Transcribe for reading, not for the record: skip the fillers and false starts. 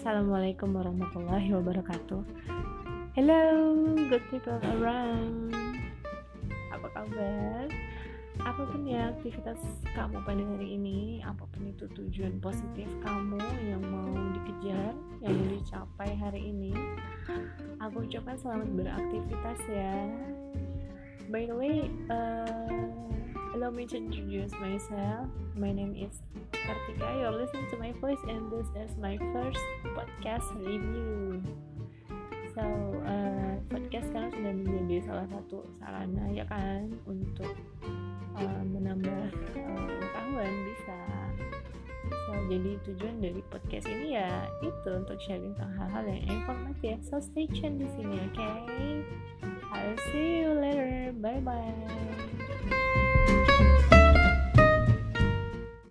Assalamualaikum warahmatullahi wabarakatuh. Hello, good people around. Apa kabar? Apapun ya aktivitas kamu pada hari ini, apapun itu tujuan positif kamu yang mau dikejar, yang mau dicapai hari ini, aku ucapkan selamat beraktivitas ya. By the way, allow me to introduce myself. My name is Kartika. You're listening to my voice and this is my first podcast review. So, podcast sekarang sudah menjadi salah satu sarana ya kan untuk menambah pengetahuan bisa. So, jadi tujuan dari podcast ini ya itu untuk sharing tentang hal-hal yang informatif. So stay tune di sini, okay? I'll see you later. Bye bye.